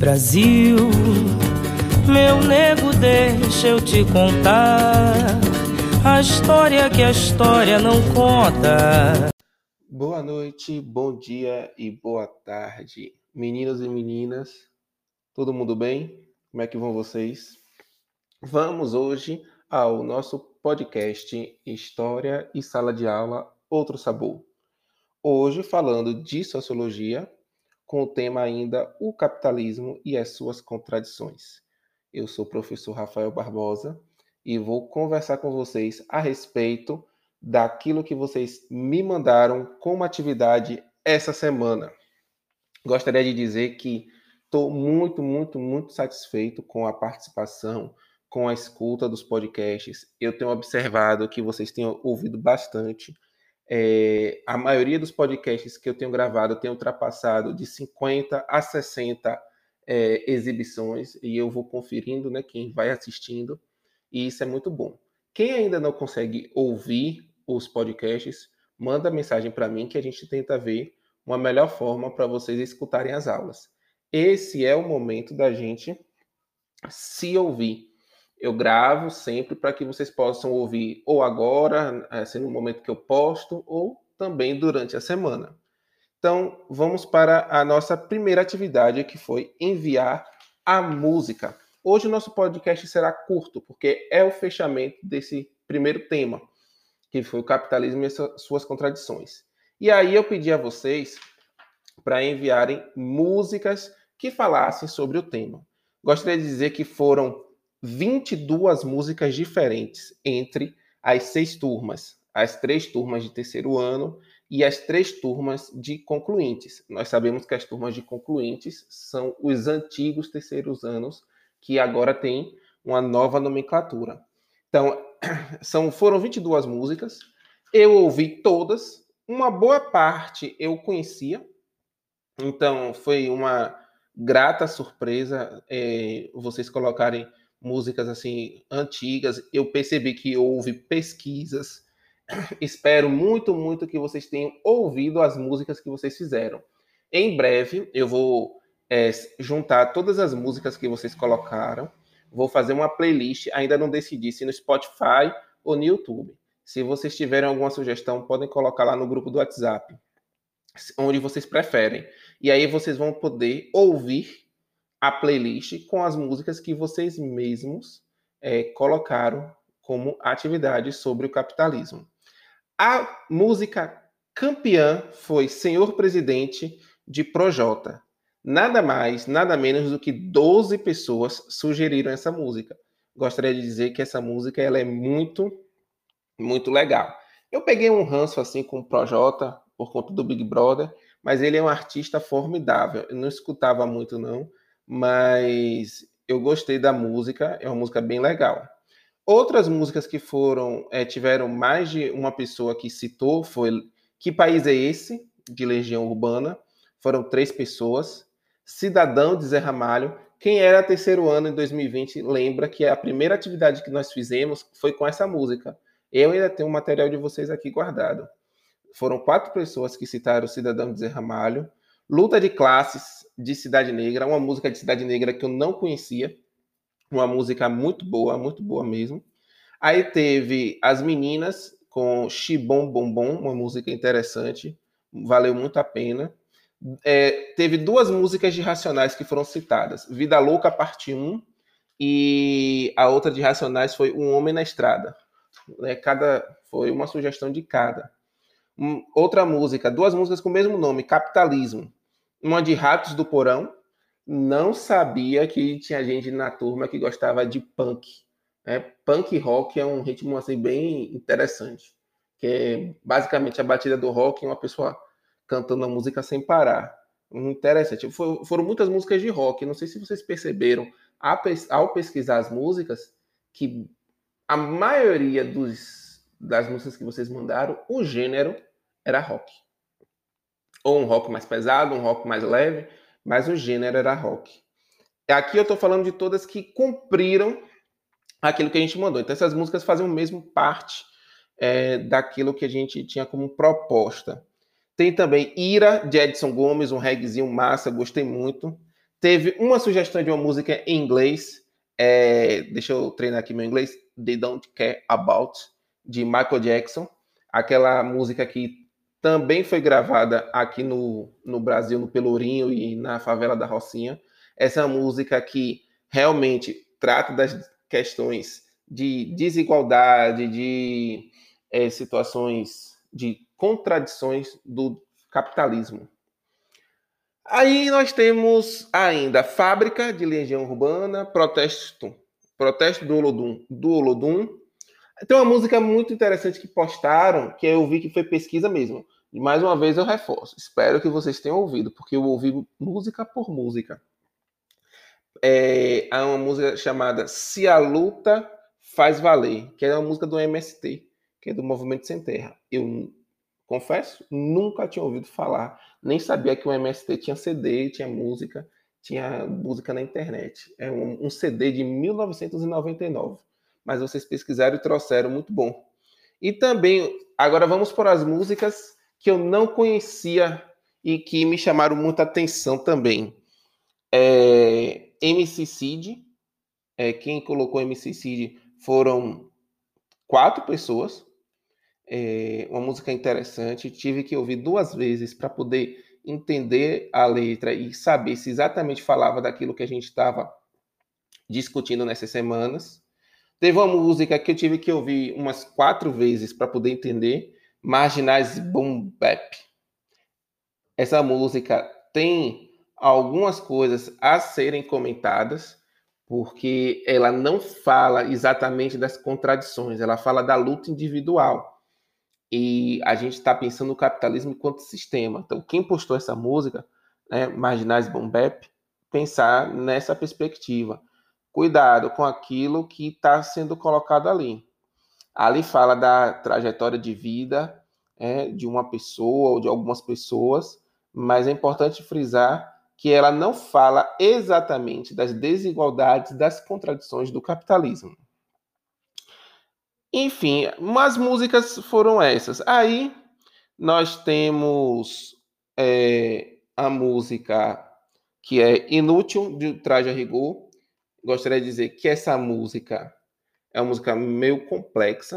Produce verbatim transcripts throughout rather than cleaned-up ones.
Brasil, meu nego, deixa eu te contar a história que a história não conta. Boa noite, bom dia e boa tarde, meninos e meninas, todo mundo bem? Como é que vão vocês? Vamos hoje ao nosso podcast História e Sala de Aula Outro Sabor. Hoje falando de sociologia, com o tema ainda o capitalismo e as suas contradições. Eu sou o professor Rafael Barbosa e vou conversar com vocês a respeito daquilo que vocês me mandaram como atividade essa semana. Gostaria de dizer que estou muito, muito, muito satisfeito com a participação, com a escuta dos podcasts. Eu tenho observado que vocês têm ouvido bastante. É, a maioria dos podcasts que eu tenho gravado tem ultrapassado de cinquenta a sessenta é, exibições, e eu vou conferindo, né, quem vai assistindo, e isso é muito bom. Quem ainda não consegue ouvir os podcasts, manda mensagem para mim que a gente tenta ver uma melhor forma para vocês escutarem as aulas. Esse é o momento da gente se ouvir. Eu gravo sempre para que vocês possam ouvir ou agora, assim, no momento que eu posto, ou também durante a semana. Então, vamos para a nossa primeira atividade, que foi enviar a música. Hoje o nosso podcast será curto, porque é o fechamento desse primeiro tema, que foi o capitalismo e suas contradições. E aí eu pedi a vocês para enviarem músicas que falassem sobre o tema. Gostaria de dizer que foram vinte e duas músicas diferentes entre as seis turmas, as três turmas de terceiro ano e as três turmas de concluintes. Nós sabemos que as turmas de concluintes são os antigos terceiros anos, que agora têm uma nova nomenclatura. Então, são, foram vinte e duas músicas, eu ouvi todas, uma boa parte eu conhecia, então foi uma grata surpresa é, vocês colocarem músicas assim antigas. Eu percebi que houve pesquisas. Espero muito, muito que vocês tenham ouvido as músicas que vocês fizeram. Em breve eu vou é, juntar todas as músicas que vocês colocaram. Vou fazer uma playlist. Ainda não decidi se no Spotify ou no YouTube. Se vocês tiverem alguma sugestão, podem colocar lá no grupo do WhatsApp, onde vocês preferem. E aí vocês vão poder ouvir a playlist com as músicas que vocês mesmos é, colocaram como atividade sobre o capitalismo. A música campeã foi Senhor Presidente, de Projota. Nada mais, nada menos do que doze pessoas sugeriram essa música. Gostaria de dizer que essa música ela é muito, muito legal. Eu peguei um ranço assim com o Projota por conta do Big Brother, mas ele é um artista formidável. Eu não escutava muito não, mas eu gostei da música, é uma música bem legal. Outras músicas que foram, é, tiveram mais de uma pessoa que citou foi Que País é Esse, de Legião Urbana, foram três pessoas. Cidadão, de Zé Ramalho. Quem era terceiro ano em dois mil e vinte lembra que a primeira atividade que nós fizemos foi com essa música. Eu ainda tenho o material de vocês aqui guardado. Foram quatro pessoas que citaram Cidadão, de Zé Ramalho. Luta de Classes, de Cidade Negra, uma música de Cidade Negra que eu não conhecia. Uma música muito boa, muito boa mesmo. Aí teve As Meninas, com Xibom Bombom, uma música interessante, valeu muito a pena. É, teve duas músicas de Racionais que foram citadas, Vida Louca, parte um, e a outra de Racionais foi Um Homem na Estrada. Né, cada, foi uma sugestão de cada. Um, outra música, duas músicas com o mesmo nome, Capitalismo. Uma de Ratos do Porão. Não sabia que tinha gente na turma que gostava de punk. Né? Punk rock é um ritmo assim, bem interessante, que é basicamente a batida do rock e uma pessoa cantando a música sem parar. Interessante. For, foram muitas músicas de rock. Não sei se vocês perceberam, ao pesquisar as músicas, que a maioria dos, das músicas que vocês mandaram, o gênero era rock. Ou um rock mais pesado, um rock mais leve, mas o gênero era rock. Aqui eu estou falando de todas que cumpriram aquilo que a gente mandou. Então essas músicas faziam mesmo parte é, daquilo que a gente tinha como proposta. Tem também Ira, de Edson Gomes, um reggaezinho massa, gostei muito. Teve uma sugestão de uma música em inglês, é, deixa eu treinar aqui meu inglês, They Don't Care About, de Michael Jackson, aquela música que também foi gravada aqui no, no Brasil, no Pelourinho e na favela da Rocinha. Essa é uma música que realmente trata das questões de desigualdade, de é, situações, de contradições do capitalismo. Aí nós temos ainda Fábrica, de Legião Urbana, Protesto, Protesto do Olodum, do Olodum. Tem uma música muito interessante que postaram, que eu vi que foi pesquisa mesmo. E mais uma vez eu reforço. Espero que vocês tenham ouvido, porque eu ouvi música por música. É, há uma música chamada Se a Luta Faz Valer, que é uma música do M S T, que é do Movimento Sem Terra. Eu confesso, nunca tinha ouvido falar, nem sabia que o M S T tinha C D, tinha música, tinha música na internet. É um, um C D de mil novecentos e noventa e nove. Mas vocês pesquisaram e trouxeram, muito bom. E também, agora vamos para as músicas que eu não conhecia e que me chamaram muita atenção também. É, M C Cid, é, quem colocou M C Cid foram quatro pessoas. É, uma música interessante, tive que ouvir duas vezes para poder entender a letra e saber se exatamente falava daquilo que a gente estava discutindo nessas semanas. Teve uma música que eu tive que ouvir umas quatro vezes para poder entender, Marginais Boom Bap. Essa música tem algumas coisas a serem comentadas, porque ela não fala exatamente das contradições, ela fala da luta individual. E a gente está pensando no capitalismo enquanto sistema. Então, quem postou essa música, né, Marginais Boom Bap, pensar nessa perspectiva. Cuidado com aquilo que está sendo colocado ali. Ali fala da trajetória de vida é, de uma pessoa ou de algumas pessoas, mas é importante frisar que ela não fala exatamente das desigualdades, das contradições do capitalismo. Enfim, umas músicas foram essas. Aí nós temos é, a música que é Inútil, de Traje a Rigor. Gostaria de dizer que essa música é uma música meio complexa,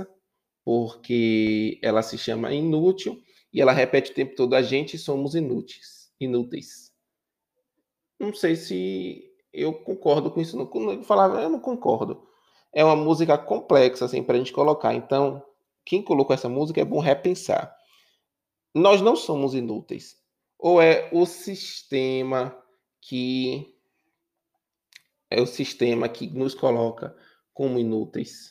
porque ela se chama Inútil e ela repete o tempo todo: a gente somos inúteis. inúteis. Não sei se eu concordo com isso. Não, eu falava, eu não concordo. É uma música complexa, assim, para a gente colocar. Então, quem colocou essa música é bom repensar. Nós não somos inúteis. Ou é o sistema que é o sistema que nos coloca como inúteis,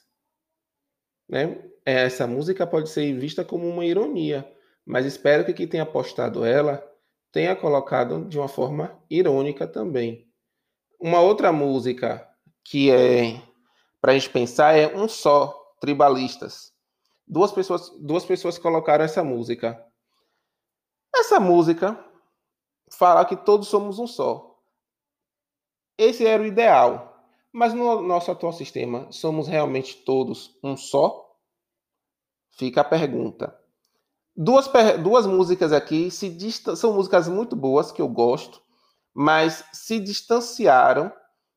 né? Essa música pode ser vista como uma ironia, mas espero que quem tenha postado ela tenha colocado de uma forma irônica também. Uma outra música que é para a gente pensar é Um Só, Tribalistas. Duas pessoas, duas pessoas colocaram essa música. Essa música fala que todos somos um só. Esse era o ideal. Mas no nosso atual sistema, somos realmente todos um só? Fica a pergunta. Duas, duas músicas aqui se distan- são músicas muito boas, que eu gosto, mas se distanciaram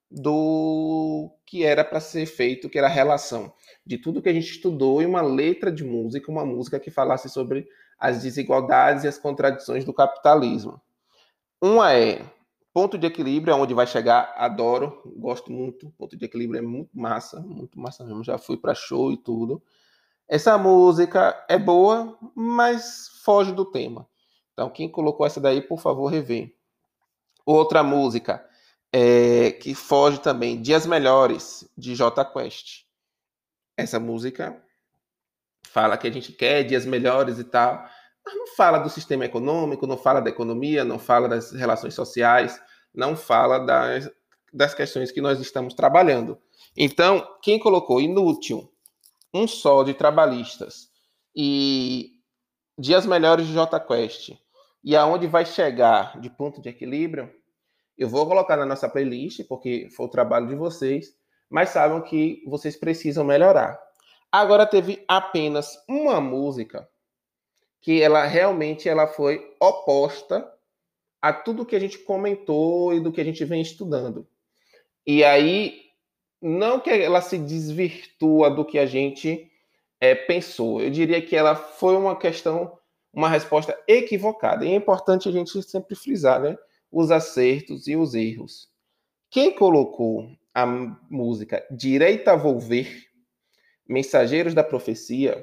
do que era para ser feito, que era a relação de tudo que a gente estudou em uma letra de música, uma música que falasse sobre as desigualdades e as contradições do capitalismo. Uma é Ponto de Equilíbrio, aonde vai chegar, adoro, gosto muito. Ponto de Equilíbrio é muito massa, muito massa mesmo, já fui para show e tudo. Essa música é boa, mas foge do tema. Então, quem colocou essa daí, por favor, rever. Outra música é, que foge também, Dias Melhores, de Jota Quest. Essa música fala que a gente quer dias melhores e tal, mas não fala do sistema econômico, não fala da economia, não fala das relações sociais, não fala das, das questões que nós estamos trabalhando. Então, quem colocou Inútil, Um Só, de Trabalhistas, e Dias Melhores, de Jota Quest, e aonde vai chegar, de Ponto de Equilíbrio, eu vou colocar na nossa playlist, porque foi o trabalho de vocês, mas saibam que vocês precisam melhorar. Agora teve apenas uma música que ela realmente ela foi oposta a tudo que a gente comentou e do que a gente vem estudando. E aí, não que ela se desvirtua do que a gente é, pensou, eu diria que ela foi uma questão, uma resposta equivocada. E é importante a gente sempre frisar, né, os acertos e os erros. Quem colocou a música Direita a Volver, Mensageiros da Profecia,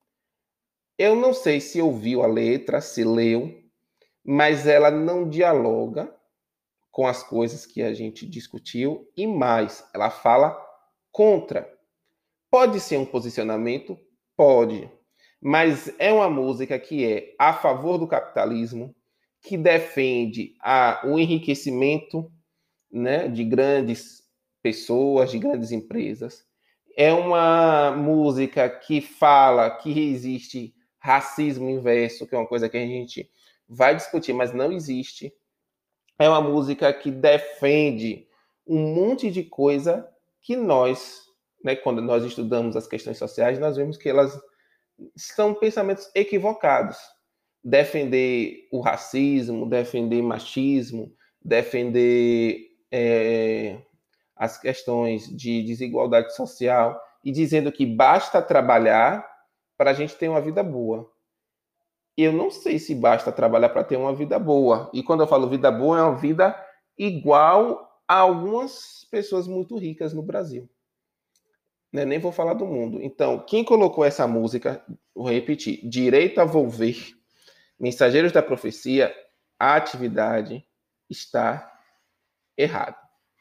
eu não sei se ouviu a letra, se leu, mas ela não dialoga com as coisas que a gente discutiu e mais, ela fala contra. Pode ser um posicionamento? Pode. Mas é uma música que é a favor do capitalismo, que defende a, o enriquecimento, né, de grandes pessoas, de grandes empresas. É uma música que fala que existe racismo inverso, que é uma coisa que a gente vai discutir, mas não existe. É uma música que defende um monte de coisa que nós, né, quando nós estudamos as questões sociais, nós vemos que elas são pensamentos equivocados. Defender o racismo, defender machismo, defender é, as questões de desigualdade social e dizendo que basta trabalhar para a gente ter uma vida boa. Eu não sei se basta trabalhar para ter uma vida boa. E quando eu falo vida boa, é uma vida igual a algumas pessoas muito ricas no Brasil. Né? Nem vou falar do mundo. Então, quem colocou essa música, vou repetir, Direito a Volver, Mensageiros da Profecia, a atividade está errada.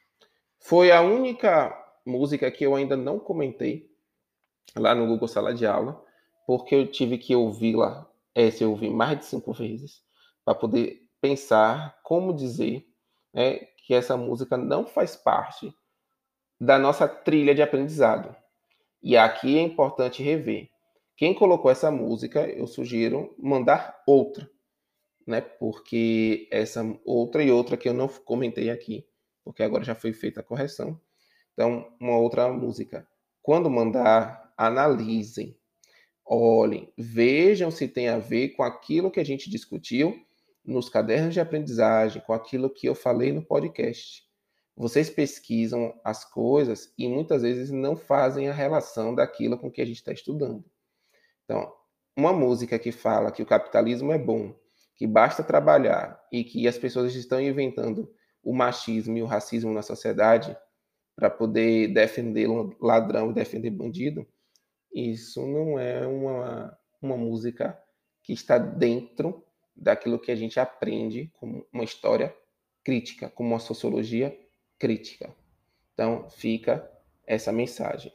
Foi a única música que eu ainda não comentei lá no Google Sala de Aula, porque eu tive que ouvi-la, essa eu ouvi mais de cinco vezes, para poder pensar como dizer, né, que essa música não faz parte da nossa trilha de aprendizado. E aqui é importante rever. Quem colocou essa música, eu sugiro mandar outra, né? Porque essa outra e outra que eu não comentei aqui, porque agora já foi feita a correção. Então, uma outra música. Quando mandar, analisem, olhem, vejam se tem a ver com aquilo que a gente discutiu nos cadernos de aprendizagem, com aquilo que eu falei no podcast. Vocês pesquisam as coisas e muitas vezes não fazem a relação daquilo com que a gente está estudando. Então, uma música que fala que o capitalismo é bom, que basta trabalhar e que as pessoas estão inventando o machismo e o racismo na sociedade para poder defender ladrão e defender bandido, isso não é uma, uma música que está dentro daquilo que a gente aprende como uma história crítica, como uma sociologia crítica. Então, fica essa mensagem.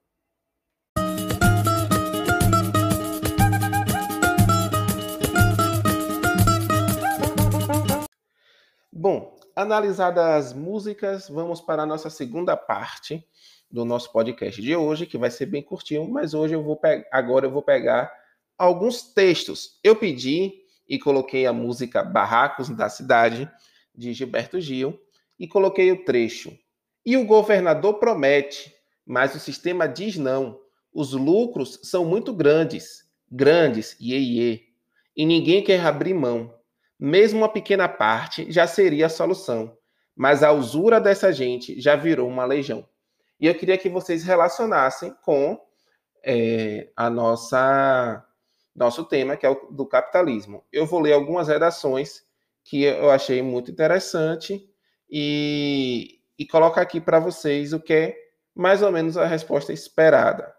Bom, analisadas as músicas, vamos para a nossa segunda parte do nosso podcast de hoje, que vai ser bem curtinho, mas hoje eu vou pe- agora eu vou pegar alguns textos. Eu pedi e coloquei a música Barracos da Cidade, de Gilberto Gil, e coloquei o trecho. E o governador promete, mas o sistema diz não. Os lucros são muito grandes, grandes, iê, iê, e ninguém quer abrir mão. Mesmo uma pequena parte já seria a solução, mas a usura dessa gente já virou uma legião. E eu queria que vocês relacionassem com é, a nossa nosso tema, que é o do capitalismo. Eu vou ler algumas redações que eu achei muito interessante e, e colocar aqui para vocês o que é mais ou menos a resposta esperada.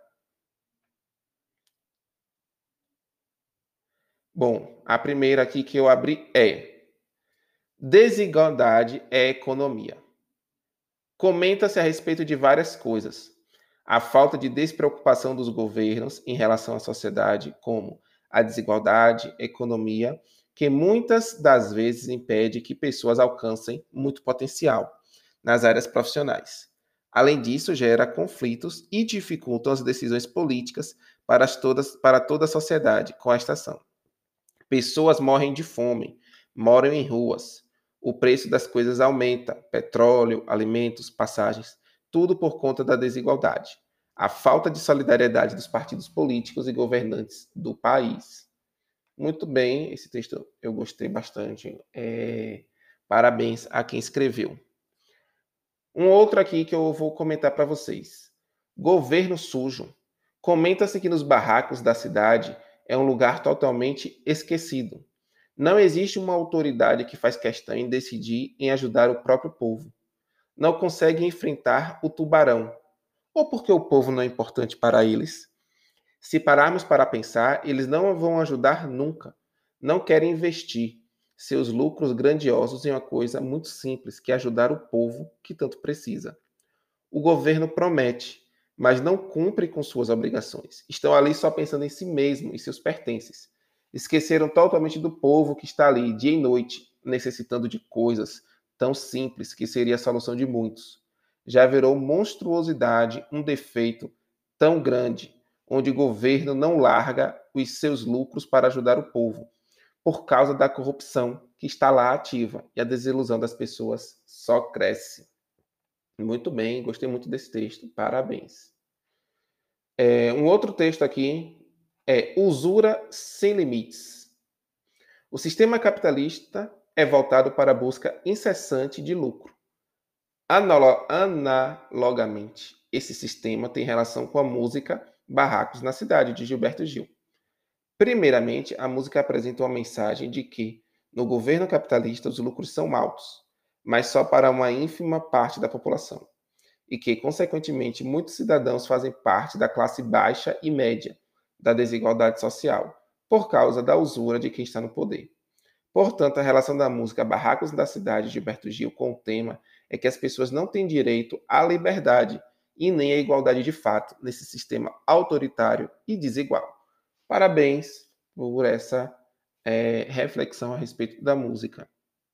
Bom, a primeira aqui que eu abri é: desigualdade é economia. Comenta-se a respeito de várias coisas. A falta de despreocupação dos governos em relação à sociedade, como a desigualdade, economia, que muitas das vezes impede que pessoas alcancem muito potencial nas áreas profissionais. Além disso, gera conflitos e dificultam as decisões políticas para, todas, para toda a sociedade com esta ação. Pessoas morrem de fome, moram em ruas. O preço das coisas aumenta, petróleo, alimentos, passagens, tudo por conta da desigualdade. A falta de solidariedade dos partidos políticos e governantes do país. Muito bem, esse texto eu gostei bastante. É, Parabéns a quem escreveu. Um outro aqui que eu vou comentar para vocês. Governo sujo. Comenta-se que nos barracos da cidade é um lugar totalmente esquecido. Não existe uma autoridade que faz questão em decidir em ajudar o próprio povo. Não consegue enfrentar o tubarão. Ou porque o povo não é importante para eles? Se pararmos para pensar, eles não vão ajudar nunca. Não querem investir seus lucros grandiosos em uma coisa muito simples, que é ajudar o povo que tanto precisa. O governo promete, mas não cumpre com suas obrigações. Estão ali só pensando em si mesmo e seus pertences. Esqueceram totalmente do povo que está ali dia e noite, necessitando de coisas tão simples que seria a solução de muitos. Já virou monstruosidade, um defeito tão grande, onde o governo não larga os seus lucros para ajudar o povo, por causa da corrupção que está lá ativa, e a desilusão das pessoas só cresce. Muito bem, gostei muito desse texto, parabéns. É, um outro texto aqui é Usura sem limites. O sistema capitalista é voltado para a busca incessante de lucro. Analo- Analogamente, esse sistema tem relação com a música Barracos na Cidade, de Gilberto Gil. Primeiramente, a música apresenta uma mensagem de que, no governo capitalista, os lucros são altos, mas só para uma ínfima parte da população, e que, consequentemente, muitos cidadãos fazem parte da classe baixa e média, da desigualdade social, por causa da usura de quem está no poder. Portanto, a relação da música Barracos da Cidade de Gilberto Gil com o tema é que as pessoas não têm direito à liberdade e nem à igualdade de fato nesse sistema autoritário e desigual. Parabéns por essa é, reflexão a respeito da música.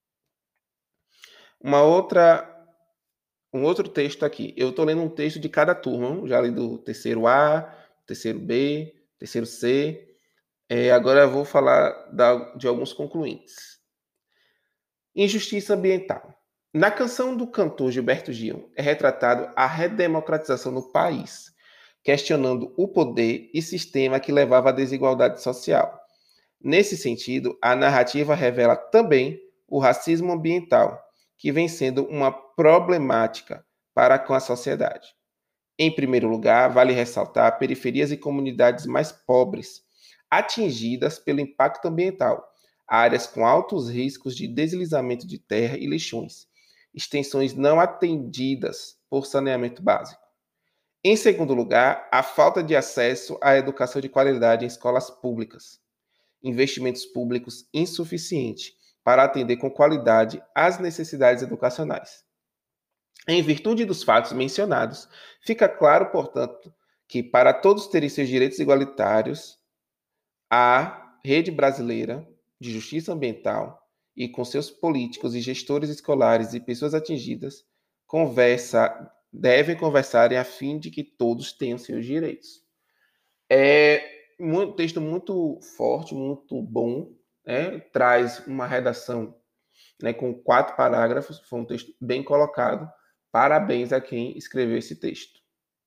Uma outra, um outro texto aqui. Eu estou lendo um texto de cada turma. Já li do terceiro A, terceiro B, terceiro C. É, agora eu vou falar da, de alguns concluintes. Injustiça ambiental. Na canção do cantor Gilberto Gil é retratado a redemocratização no país, questionando o poder e sistema que levava à desigualdade social. Nesse sentido, a narrativa revela também o racismo ambiental, que vem sendo uma problemática para com a sociedade. Em primeiro lugar, vale ressaltar periferias e comunidades mais pobres, atingidas pelo impacto ambiental, áreas com altos riscos de deslizamento de terra e lixões, extensões não atendidas por saneamento básico. Em segundo lugar, a falta de acesso à educação de qualidade em escolas públicas, investimentos públicos insuficientes para atender com qualidade às necessidades educacionais. Em virtude dos fatos mencionados, fica claro, portanto, que para todos terem seus direitos igualitários, a rede brasileira de justiça ambiental e com seus políticos e gestores escolares e pessoas atingidas conversa, devem conversar a fim de que todos tenham seus direitos. É um texto muito forte, muito bom, né? Traz uma redação, né, com quatro parágrafos, foi um texto bem colocado. Parabéns a quem escreveu esse texto.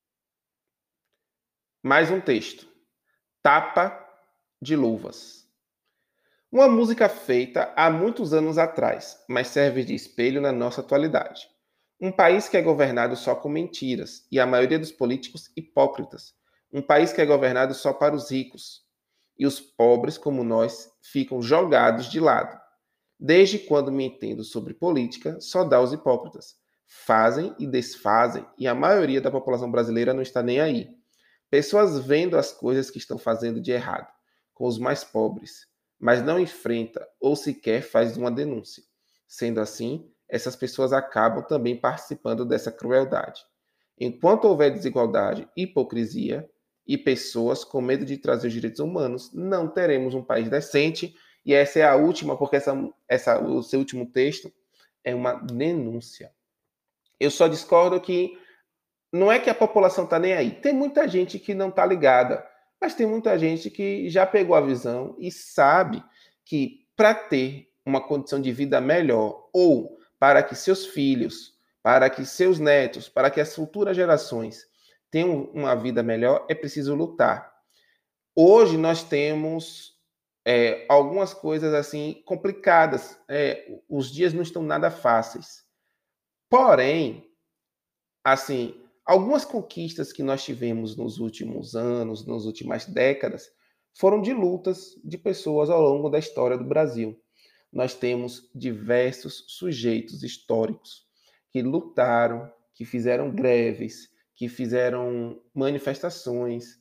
Mais um texto. Tapa de Luvas. Uma música feita há muitos anos atrás, mas serve de espelho na nossa atualidade. Um país que é governado só com mentiras, e a maioria dos políticos hipócritas. Um país que é governado só para os ricos, e os pobres, como nós, ficam jogados de lado. Desde quando me entendo sobre política, só dá os hipócritas. Fazem e desfazem, e a maioria da população brasileira não está nem aí. Pessoas vendo as coisas que estão fazendo de errado com os mais pobres, mas não enfrenta ou sequer faz uma denúncia. Sendo assim, essas pessoas acabam também participando dessa crueldade. Enquanto houver desigualdade, hipocrisia e pessoas com medo de trazer os direitos humanos, não teremos um país decente. E essa é a última, porque essa, essa, o seu último texto é uma denúncia. Eu só discordo que não é que a população está nem aí. Tem muita gente que não está ligada, mas tem muita gente que já pegou a visão e sabe que para ter uma condição de vida melhor, ou para que seus filhos, para que seus netos, para que as futuras gerações tenham uma vida melhor, é preciso lutar. Hoje nós temos é, algumas coisas assim complicadas. É, os dias não estão nada fáceis. Porém, assim, algumas conquistas que nós tivemos nos últimos anos, nas últimas décadas, foram de lutas de pessoas ao longo da história do Brasil. Nós temos diversos sujeitos históricos que lutaram, que fizeram greves, que fizeram manifestações,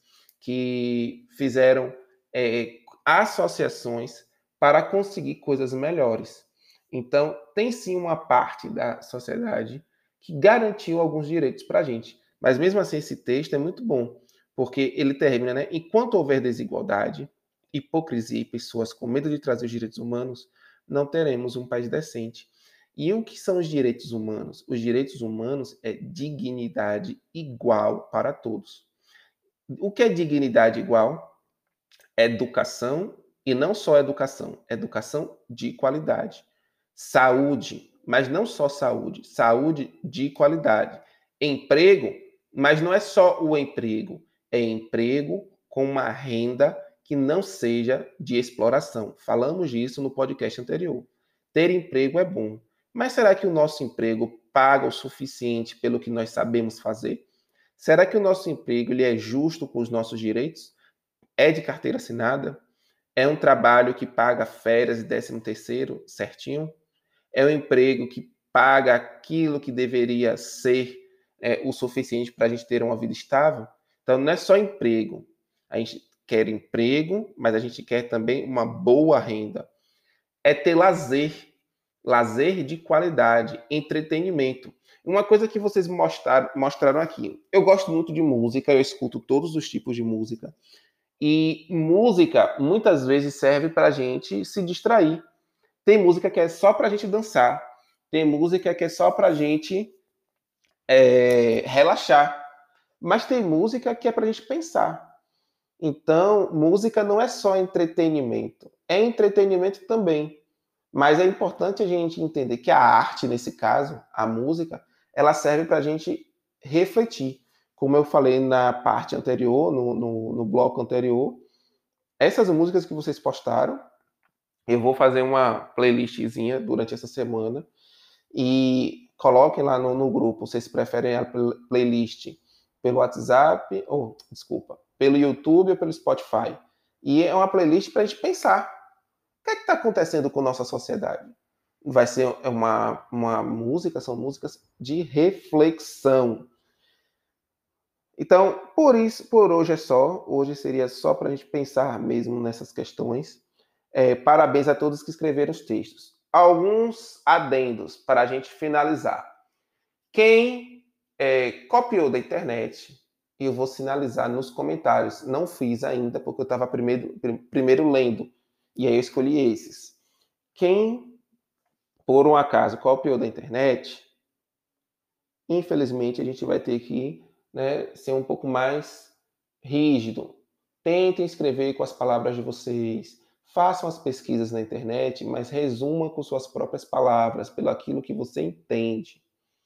que fizeram é, associações para conseguir coisas melhores. Então, tem sim uma parte da sociedade que garantiu alguns direitos para a gente. Mas mesmo assim, esse texto é muito bom, porque ele termina, né? Enquanto houver desigualdade, hipocrisia e pessoas com medo de trazer os direitos humanos, não teremos um país decente. E o que são os direitos humanos? Os direitos humanos é dignidade igual para todos. O que é dignidade igual? Educação, e não só educação, educação de qualidade. Saúde, mas não só saúde, saúde de qualidade. Emprego, mas não é só o emprego, é emprego com uma renda que não seja de exploração. Falamos disso no podcast anterior. Ter emprego é bom, mas será que o nosso emprego paga o suficiente pelo que nós sabemos fazer? Será que o nosso emprego ele é justo com os nossos direitos? É de carteira assinada? É um trabalho que paga férias e décimo terceiro certinho? É um emprego que paga aquilo que deveria ser é, o suficiente para a gente ter uma vida estável? Então, não é só emprego. A gente quer emprego, mas a gente quer também uma boa renda. É ter lazer. Lazer de qualidade, entretenimento. Uma coisa que vocês mostraram, mostraram aqui. Eu gosto muito de música, eu escuto todos os tipos de música. E música, muitas vezes, serve para a gente se distrair. Tem música que é só para a gente dançar. Tem música que é só para a gente é, relaxar. Mas tem música que é para a gente pensar. Então, música não é só entretenimento. É entretenimento também. Mas é importante a gente entender que a arte, nesse caso, a música, ela serve para a gente refletir. Como eu falei na parte anterior, no, no, no bloco anterior, essas músicas que vocês postaram, eu vou fazer uma playlistzinha durante essa semana e coloquem lá no, no grupo. Vocês preferem a playlist pelo WhatsApp, ou, desculpa, pelo YouTube ou pelo Spotify. E é uma playlist para a gente pensar. O que é que está acontecendo com a nossa sociedade? Vai ser uma, uma música, são músicas de reflexão. Então, por isso, por hoje é só. Hoje seria só para a gente pensar mesmo nessas questões. É, parabéns a todos que escreveram os textos. Alguns adendos para a gente finalizar. Quem é, copiou da internet, eu vou sinalizar nos comentários. Não fiz ainda, porque eu estava primeiro, primeiro lendo. E aí eu escolhi esses. Quem, por um acaso, copiou da internet, infelizmente a gente vai ter que, né, ser um pouco mais rígido. Tentem escrever com as palavras de vocês. Façam as pesquisas na internet, mas resumam com suas próprias palavras, pelo aquilo que você entende.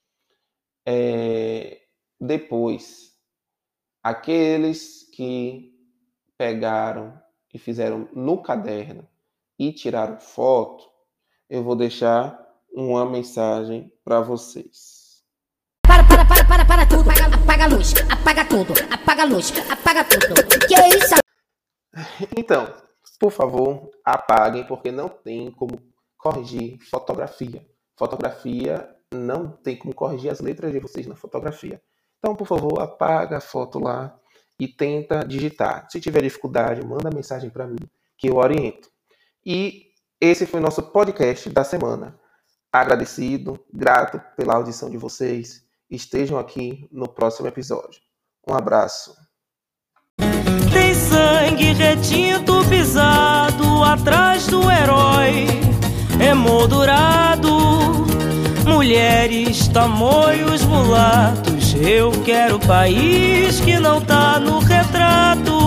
É... Depois, aqueles que pegaram e fizeram no caderno e tiraram foto, eu vou deixar uma mensagem para vocês. Para, para, para, para, para tudo. Apaga, apaga a luz, apaga tudo, apaga a luz, apaga tudo. Que é isso? Então, por favor, apaguem, porque não tem como corrigir fotografia. Fotografia não tem como corrigir as letras de vocês na fotografia. Então, por favor, apaga a foto lá e tenta digitar. Se tiver dificuldade, manda mensagem para mim, que eu oriento. E esse foi o nosso podcast da semana. Agradecido, grato pela audição de vocês. Estejam aqui no próximo episódio. Um abraço. Tem sangue retinto pisado atrás do herói, emoldurado. Mulheres, tamoios, mulatos. Eu quero país que não tá no retrato.